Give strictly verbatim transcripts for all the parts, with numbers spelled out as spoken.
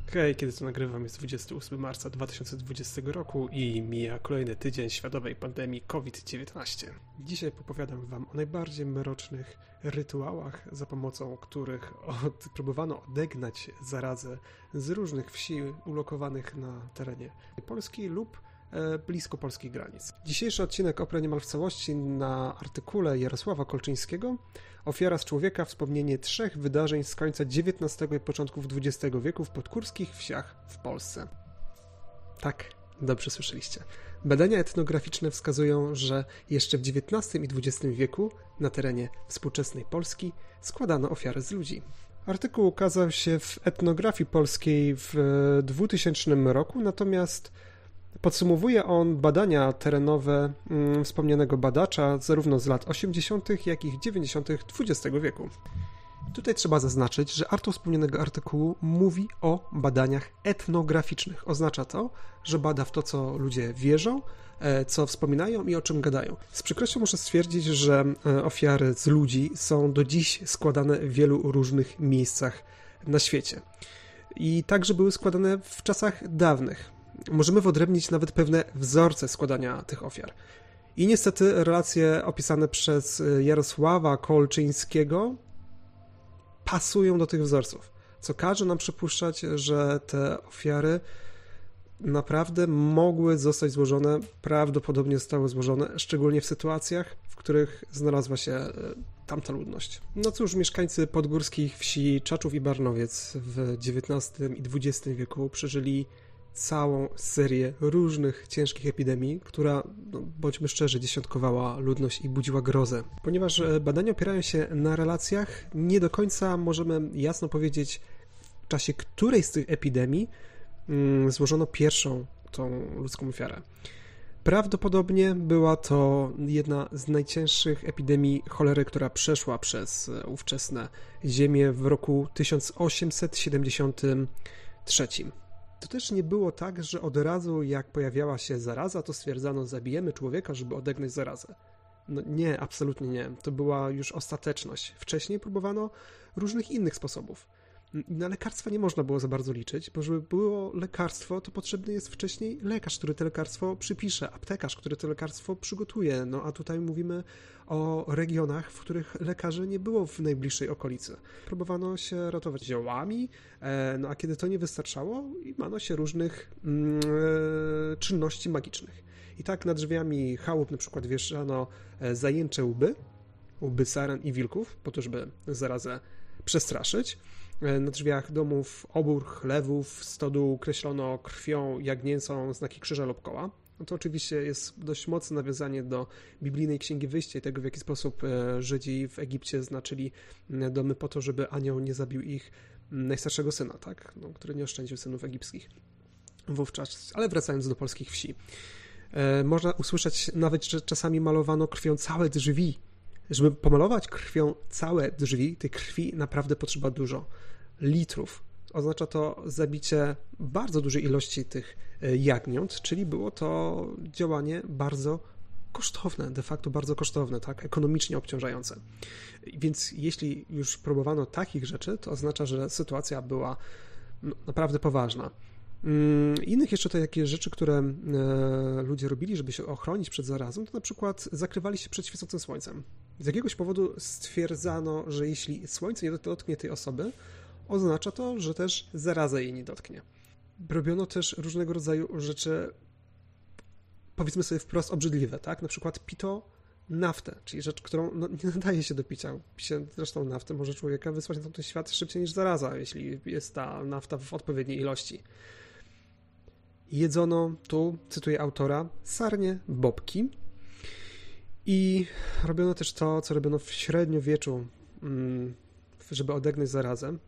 Hej, kiedy to nagrywam, jest dwudziestego ósmego marca dwa tysiące dwudziestego roku i mija kolejny tydzień światowej pandemii COVID dziewiętnaście. Dzisiaj opowiadam wam o najbardziej mrocznych rytuałach, za pomocą których od, próbowano odegnać zarazę z różnych wsi ulokowanych na terenie Polski lub e, blisko polskich granic. Dzisiejszy odcinek oprę niemal w całości na artykule Jarosława Kolczyńskiego Ofiara z człowieka, wspomnienie trzech wydarzeń z końca dziewiętnastego i początków dwudziestego wieku w podgórskich wsiach w Polsce. Tak, dobrze słyszeliście. Badania etnograficzne wskazują, że jeszcze w dziewiętnastym i dwudziestym wieku na terenie współczesnej Polski składano ofiary z ludzi. Artykuł ukazał się w Etnografii Polskiej w dwutysięcznym roku, natomiast podsumowuje on badania terenowe mm, wspomnianego badacza zarówno z lat osiemdziesiątych, jak i dziewięćdziesiątych dwudziestego wieku. Tutaj trzeba zaznaczyć, że autor wspomnianego artykułu mówi o badaniach etnograficznych. Oznacza to, że bada w to, co ludzie wierzą, co wspominają i o czym gadają. Z przykrością muszę stwierdzić, że ofiary z ludzi są do dziś składane w wielu różnych miejscach na świecie. I także były składane w czasach dawnych. Możemy wyodrębnić nawet pewne wzorce składania tych ofiar. I niestety relacje opisane przez Jarosława Kolczyńskiego pasują do tych wzorców, co każe nam przypuszczać, że te ofiary naprawdę mogły zostać złożone, prawdopodobnie zostały złożone, szczególnie w sytuacjach, w których znalazła się tamta ludność. No cóż, mieszkańcy podgórskich wsi Czaczów i Barnowiec w dziewiętnastym i dwudziestym wieku przeżyli całą serię różnych ciężkich epidemii, która, no, bądźmy szczerzy, dziesiątkowała ludność i budziła grozę. Ponieważ badania opierają się na relacjach, nie do końca możemy jasno powiedzieć, w czasie której z tych epidemii mm, złożono pierwszą tą ludzką ofiarę. Prawdopodobnie była to jedna z najcięższych epidemii cholery, która przeszła przez ówczesne ziemię w roku tysiąc osiemset siedemdziesiątym trzecim. To też nie było tak, że od razu jak pojawiała się zaraza, to stwierdzano, zabijemy człowieka, żeby odegnać zarazę. No nie, absolutnie nie. To była już ostateczność. Wcześniej próbowano różnych innych sposobów. Na lekarstwa nie można było za bardzo liczyć, bo żeby było lekarstwo, to potrzebny jest wcześniej lekarz, który to lekarstwo przypisze, aptekarz, który to lekarstwo przygotuje. No a tutaj mówimy o regionach, w których lekarzy nie było w najbliższej okolicy. Próbowano się ratować ziołami, no a kiedy to nie wystarczało, mano się różnych mm, czynności magicznych. I tak na drzwiami chałup na przykład wieszano zajęcze łby, łby saren i wilków, po to, żeby zarazę przestraszyć. Na drzwiach domów, obór, chlewów, stodół kreślono krwią jagnięcą znaki krzyża lub koła. No to oczywiście jest dość mocne nawiązanie do biblijnej Księgi Wyjścia i tego, w jaki sposób Żydzi w Egipcie znaczyli domy po to, żeby anioł nie zabił ich najstarszego syna, tak? No, który nie oszczędził synów egipskich wówczas. Ale wracając do polskich wsi. Można usłyszeć nawet, że czasami malowano krwią całe drzwi. Żeby pomalować krwią całe drzwi, tej krwi naprawdę potrzeba dużo litrów. Oznacza to zabicie bardzo dużej ilości tych jagniąt, czyli było to działanie bardzo kosztowne, de facto bardzo kosztowne, tak, ekonomicznie obciążające. Więc jeśli już próbowano takich rzeczy, to oznacza, że sytuacja była no, naprawdę poważna. Innych jeszcze to takie rzeczy, które ludzie robili, żeby się ochronić przed zarazą, to na przykład zakrywali się przed świecącym słońcem. Z jakiegoś powodu stwierdzano, że jeśli słońce nie dotknie tej osoby, oznacza to, że też zaraza jej nie dotknie. Robiono też różnego rodzaju rzeczy, powiedzmy sobie wprost, obrzydliwe, tak? Na przykład pito naftę, czyli rzecz, którą no, nie nadaje się do picia. Picie zresztą naftę może człowieka wysłać na ten świat szybciej niż zaraza, jeśli jest ta nafta w odpowiedniej ilości. Jedzono, tu cytuję autora, sarnie, bobki i robiono też to, co robiono w średniowieczu, żeby odegnać zarazę.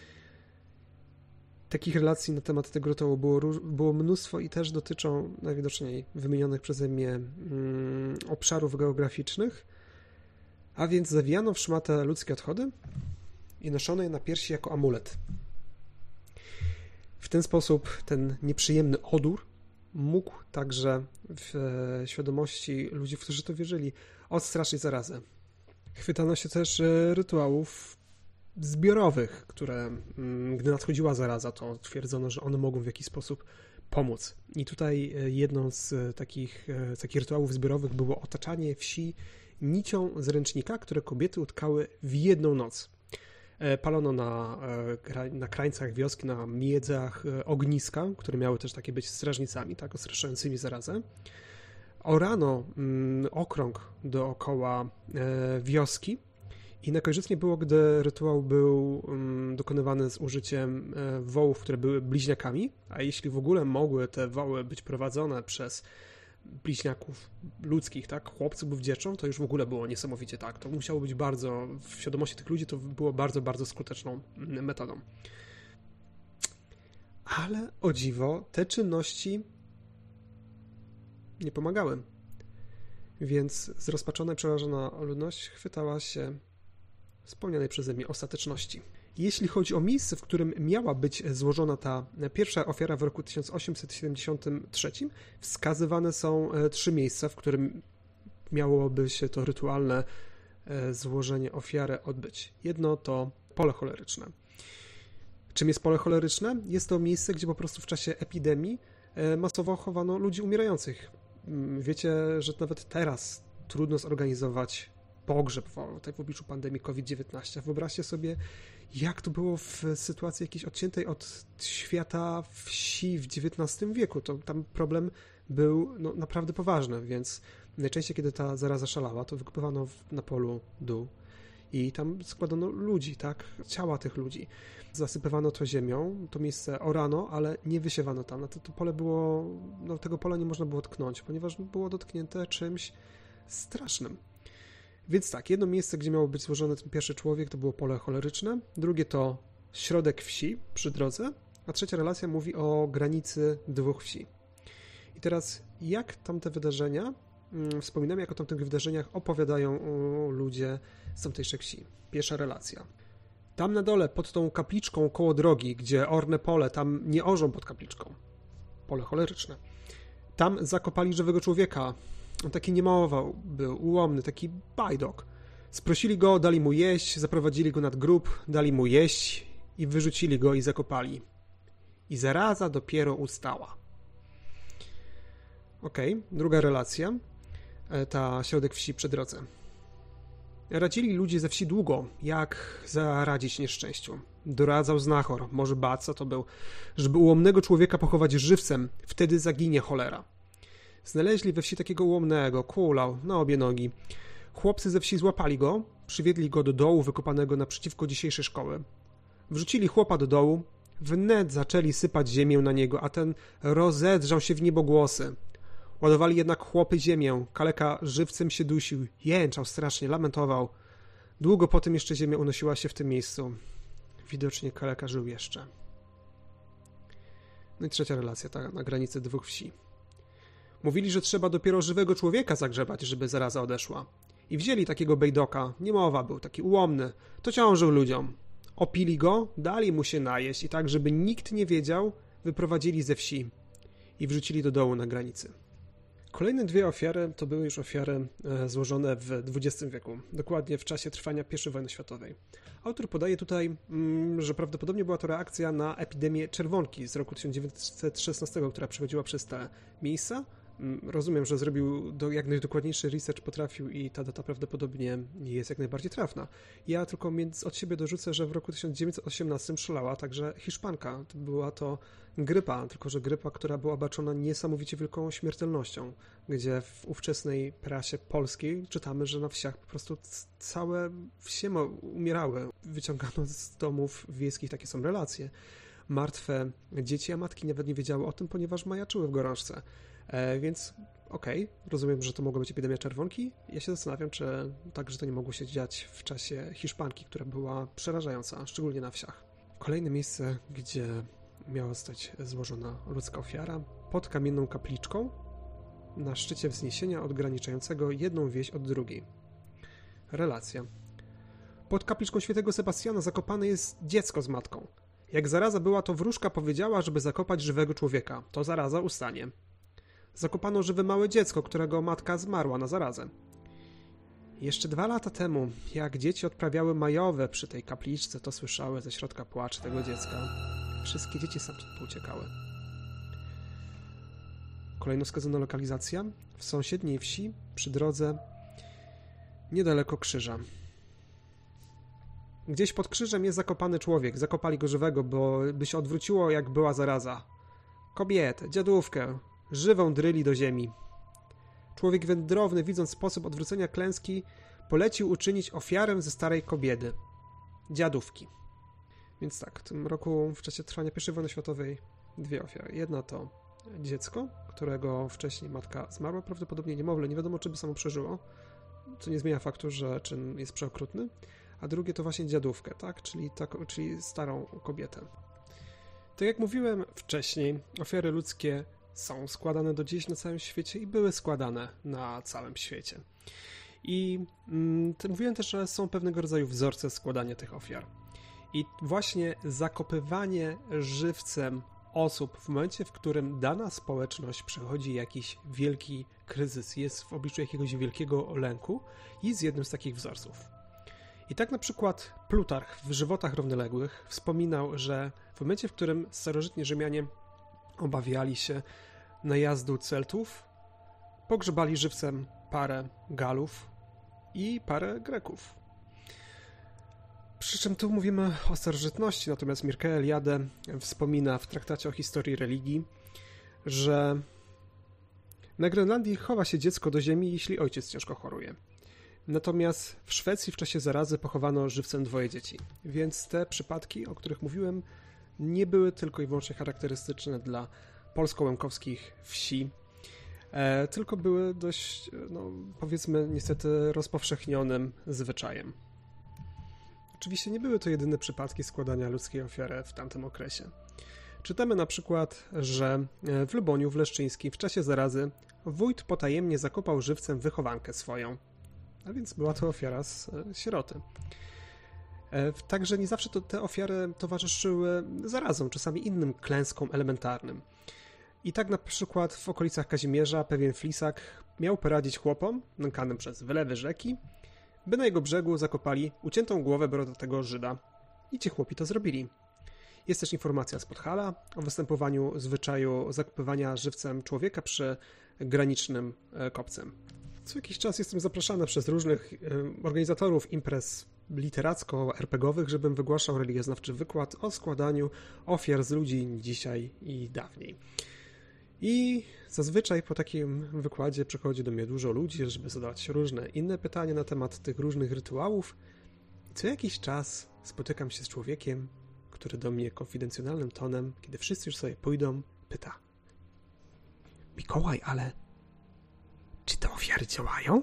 Takich relacji na temat tego rytuału było, było mnóstwo i też dotyczą najwidoczniej wymienionych przeze mnie um, obszarów geograficznych, a więc zawijano w szmatę ludzkie odchody i noszono je na piersi jako amulet. W ten sposób ten nieprzyjemny odór mógł także w świadomości ludzi, którzy to wierzyli, odstraszyć zarazę. Chwytano się też rytuałów zbiorowych, które, gdy nadchodziła zaraza, to twierdzono, że one mogą w jakiś sposób pomóc. I tutaj jedną z takich, z takich rytuałów zbiorowych było otaczanie wsi nicią z ręcznika, które kobiety utkały w jedną noc. Palono na, na krańcach wioski, na miedzach ogniska, które miały też takie być strażnicami, tak, odstraszającymi zarazę. Orano mm, okrąg dookoła e, wioski i najkorzystniej było, gdy rytuał był um, dokonywany z użyciem e, wołów, które były bliźniakami, a jeśli w ogóle mogły te woły być prowadzone przez bliźniaków ludzkich, tak, chłopców dziewcząt, to już w ogóle było niesamowicie tak. To musiało być bardzo, w świadomości tych ludzi to było bardzo, bardzo skuteczną metodą. Ale o dziwo, te czynności nie pomagały. Więc zrozpaczona i przerażona ludność chwytała się wspomnianej przeze mnie ostateczności. Jeśli chodzi o miejsce, w którym miała być złożona ta pierwsza ofiara w roku tysiąc osiemset siedemdziesiątym trzecim, wskazywane są trzy miejsca, w którym miałoby się to rytualne złożenie ofiary odbyć. Jedno to pole choleryczne. Czym jest pole choleryczne? Jest to miejsce, gdzie po prostu w czasie epidemii masowo chowano ludzi umierających. Wiecie, że nawet teraz trudno zorganizować pogrzeb w, tak w obliczu pandemii kowid dziewiętnaście. Wyobraźcie sobie, jak to było w sytuacji jakiejś odciętej od świata wsi w dziewiętnastym wieku. To tam problem był no, naprawdę poważny, więc najczęściej, kiedy ta zaraza szalała, to wykopywano w, na polu dół i tam składano ludzi, tak, ciała tych ludzi. Zasypywano to ziemią, to miejsce orano, ale nie wysiewano tam. No to, to pole było, no tego pola nie można było tknąć, ponieważ było dotknięte czymś strasznym. Więc tak, jedno miejsce, gdzie miał być złożony ten pierwszy człowiek, to było pole choleryczne, drugie to środek wsi przy drodze, a trzecia relacja mówi o granicy dwóch wsi. I teraz, jak tamte wydarzenia, hmm, wspominamy, jak o tamtych wydarzeniach opowiadają ludzie z tamtejszej wsi. Pierwsza relacja. Tam na dole, pod tą kapliczką koło drogi, gdzie orne pole, tam nie orzą pod kapliczką. Pole choleryczne. Tam zakopali żywego człowieka. On taki niemował był, ułomny, taki bajdok. Sprosili go, dali mu jeść, zaprowadzili go nad grób, dali mu jeść i wyrzucili go i zakopali. I zaraza dopiero ustała. Okej, okay, druga relacja. Ta środek wsi przy drodze. Radzili ludzie ze wsi długo, jak zaradzić nieszczęściu. Doradzał znachor, może Baca to był, żeby ułomnego człowieka pochować żywcem, wtedy zaginie cholera. Znaleźli we wsi takiego ułomnego, kulał na obie nogi. Chłopcy ze wsi złapali go, przywiedli go do dołu wykopanego naprzeciwko dzisiejszej szkoły. Wrzucili chłopa do dołu, wnet zaczęli sypać ziemię na niego, a ten rozedrzał się w niebogłosy. Ładowali jednak chłopy ziemię, kaleka żywcem się dusił, jęczał strasznie, lamentował. Długo potem jeszcze ziemia unosiła się w tym miejscu. Widocznie kaleka żył jeszcze. No i trzecia relacja, ta na granicy dwóch wsi. Mówili, że trzeba dopiero żywego człowieka zagrzebać, żeby zaraza odeszła. I wzięli takiego bejdoka, niemowa był, taki ułomny, to ciążył ludziom. Opili go, dali mu się najeść i tak, żeby nikt nie wiedział, wyprowadzili ze wsi i wrzucili do dołu na granicy. Kolejne dwie ofiary to były już ofiary złożone w dwudziestym wieku, dokładnie w czasie trwania pierwszej wojny światowej. Autor podaje tutaj, że prawdopodobnie była to reakcja na epidemię czerwonki z roku tysiąc dziewięćset szesnastego, która przechodziła przez te miejsca. Rozumiem, że zrobił do, jak najdokładniejszy research potrafił i ta data prawdopodobnie jest jak najbardziej trafna. Ja tylko między, od siebie dorzucę, że w roku tysiąc dziewięćset osiemnastym szalała także Hiszpanka. Była to grypa, tylko że grypa, która była obarczona niesamowicie wielką śmiertelnością, gdzie w ówczesnej prasie polskiej czytamy, że na wsiach po prostu całe wsie umierały. Wyciągano z domów wiejskich, takie są relacje. Martwe dzieci, a matki nawet nie wiedziały o tym, ponieważ majaczyły w gorączce. E, więc okej, okay, rozumiem, że to mogła być epidemia czerwonki. Ja się zastanawiam, czy także to nie mogło się dziać w czasie Hiszpanki, która była przerażająca, szczególnie na wsiach. Kolejne miejsce, gdzie miała zostać złożona ludzka ofiara, pod kamienną kapliczką na szczycie wzniesienia odgraniczającego jedną wieś od drugiej. Relacja. Pod kapliczką świętego Sebastiana zakopane jest dziecko z matką. Jak zaraza była, to wróżka powiedziała, żeby zakopać żywego człowieka. To zaraza ustanie. Zakopano żywe małe dziecko, którego matka zmarła na zarazę. Jeszcze dwa lata temu, jak dzieci odprawiały majowe przy tej kapliczce, to słyszały ze środka płacz tego dziecka. Wszystkie dzieci stamtąd pouciekały. Kolejno wskazana lokalizacja w sąsiedniej wsi, przy drodze, niedaleko krzyża. Gdzieś pod krzyżem jest zakopany człowiek. Zakopali go żywego, bo by się odwróciło, jak była zaraza. Kobietę, dziadówkę, żywą dryli do ziemi. Człowiek wędrowny, widząc sposób odwrócenia klęski, polecił uczynić ofiarę ze starej kobiety. Dziadówki. Więc tak, w tym roku, w czasie trwania pierwszej wojny światowej, dwie ofiary. Jedna to dziecko, którego wcześniej matka zmarła, prawdopodobnie niemowlę, nie wiadomo, czy by samo przeżyło, co nie zmienia faktu, że czyn jest przeokrutny. A drugie to właśnie dziadówkę, tak? Czyli, ta, czyli starą kobietę. Tak jak mówiłem wcześniej, ofiary ludzkie są składane do dziś na całym świecie i były składane na całym świecie. I mm, mówiłem też, że są pewnego rodzaju wzorce składania tych ofiar. I właśnie zakopywanie żywcem osób w momencie, w którym dana społeczność przechodzi jakiś wielki kryzys, jest w obliczu jakiegoś wielkiego lęku, jest jednym z takich wzorców. I tak na przykład Plutarch w Żywotach Równoległych wspominał, że w momencie, w którym starożytni Rzymianie obawiali się najazdu Celtów, pogrzebali żywcem parę Galów i parę Greków. Przy czym tu mówimy o starożytności, natomiast Mircea Eliade wspomina w traktacie o historii religii, że na Grenlandii chowa się dziecko do ziemi, jeśli ojciec ciężko choruje. Natomiast w Szwecji w czasie zarazy pochowano żywcem dwoje dzieci. Więc te przypadki, o których mówiłem, nie były tylko i wyłącznie charakterystyczne dla polsko-łemkowskich wsi, e, tylko były dość, no, powiedzmy, niestety rozpowszechnionym zwyczajem. Oczywiście nie były to jedyne przypadki składania ludzkiej ofiary w tamtym okresie. Czytamy na przykład, że w Luboniu w Leszczyńskim w czasie zarazy wójt potajemnie zakopał żywcem wychowankę swoją. A więc była to ofiara z sieroty. Także nie zawsze to te ofiary towarzyszyły zarazom, czasami innym klęskom elementarnym. I tak na przykład w okolicach Kazimierza pewien flisak miał poradzić chłopom, nękanym przez wylewy rzeki, by na jego brzegu zakopali uciętą głowę brodatego Żyda. I ci chłopi to zrobili. Jest też informacja z Podhala o występowaniu zwyczaju zakopywania żywcem człowieka przy granicznym kopcem. Co jakiś czas jestem zapraszany przez różnych organizatorów imprez literacko-er pe gie owych, żebym wygłaszał religioznawczy wykład o składaniu ofiar z ludzi dzisiaj i dawniej. I zazwyczaj po takim wykładzie przychodzi do mnie dużo ludzi, żeby zadać różne inne pytania na temat tych różnych rytuałów. I co jakiś czas spotykam się z człowiekiem, który do mnie konfidencjonalnym tonem, kiedy wszyscy już sobie pójdą, pyta: Mikołaj, ale czy te ofiary działają?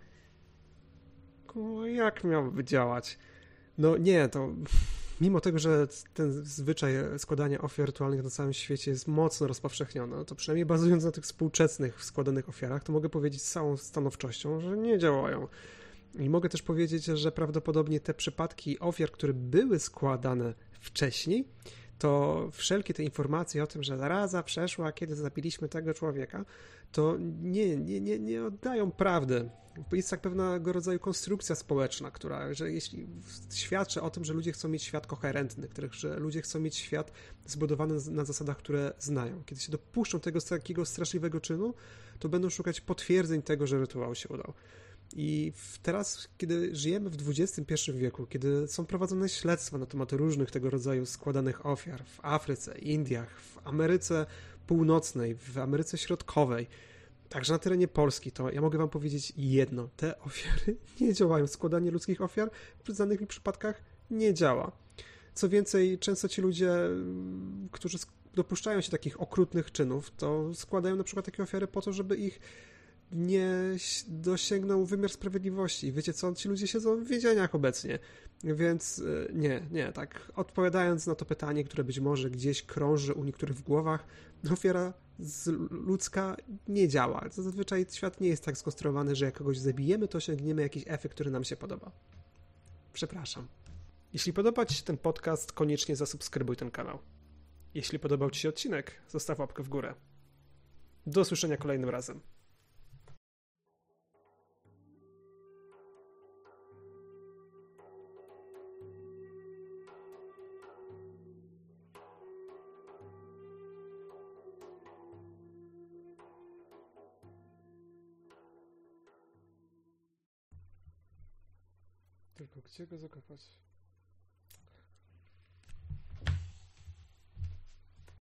O, jak miałyby działać? No nie, to mimo tego, że ten zwyczaj składania ofiar rytualnych na całym świecie jest mocno rozpowszechniony, to przynajmniej bazując na tych współczesnych składanych ofiarach, to mogę powiedzieć z całą stanowczością, że nie działają. I mogę też powiedzieć, że prawdopodobnie te przypadki ofiar, które były składane wcześniej, to wszelkie te informacje o tym, że zaraza przeszła, kiedy zabiliśmy tego człowieka, to nie, nie, nie, nie oddają prawdy. Jest tak pewnego rodzaju konstrukcja społeczna, która, że jeśli świadczy o tym, że ludzie chcą mieć świat koherentny, których, że ludzie chcą mieć świat zbudowany na zasadach, które znają. Kiedy się dopuszczą tego takiego straszliwego czynu, to będą szukać potwierdzeń tego, że rytuał się udał. I teraz, kiedy żyjemy w dwudziestym pierwszym wieku, kiedy są prowadzone śledztwa na temat różnych tego rodzaju składanych ofiar w Afryce, Indiach, w Ameryce Północnej, w Ameryce Środkowej, także na terenie Polski, to ja mogę wam powiedzieć jedno: te ofiary nie działają. Składanie ludzkich ofiar w danych przypadkach nie działa. Co więcej, często ci ludzie, którzy dopuszczają się takich okrutnych czynów, to składają na przykład takie ofiary po to, żeby ich nie dosięgnął wymiar sprawiedliwości. I wiecie co? Ci ludzie siedzą w więzieniach obecnie. Więc nie, nie, tak odpowiadając na to pytanie, które być może gdzieś krąży u niektórych w głowach, ofiara ludzka nie działa. Zazwyczaj świat nie jest tak skonstruowany, że jak kogoś zabijemy, to osiągniemy jakiś efekt, który nam się podoba. Przepraszam. Jeśli podoba ci się ten podcast, koniecznie zasubskrybuj ten kanał. Jeśli podobał ci się odcinek, zostaw łapkę w górę. Do usłyszenia kolejnym razem. Tylko gdzie go zakopać?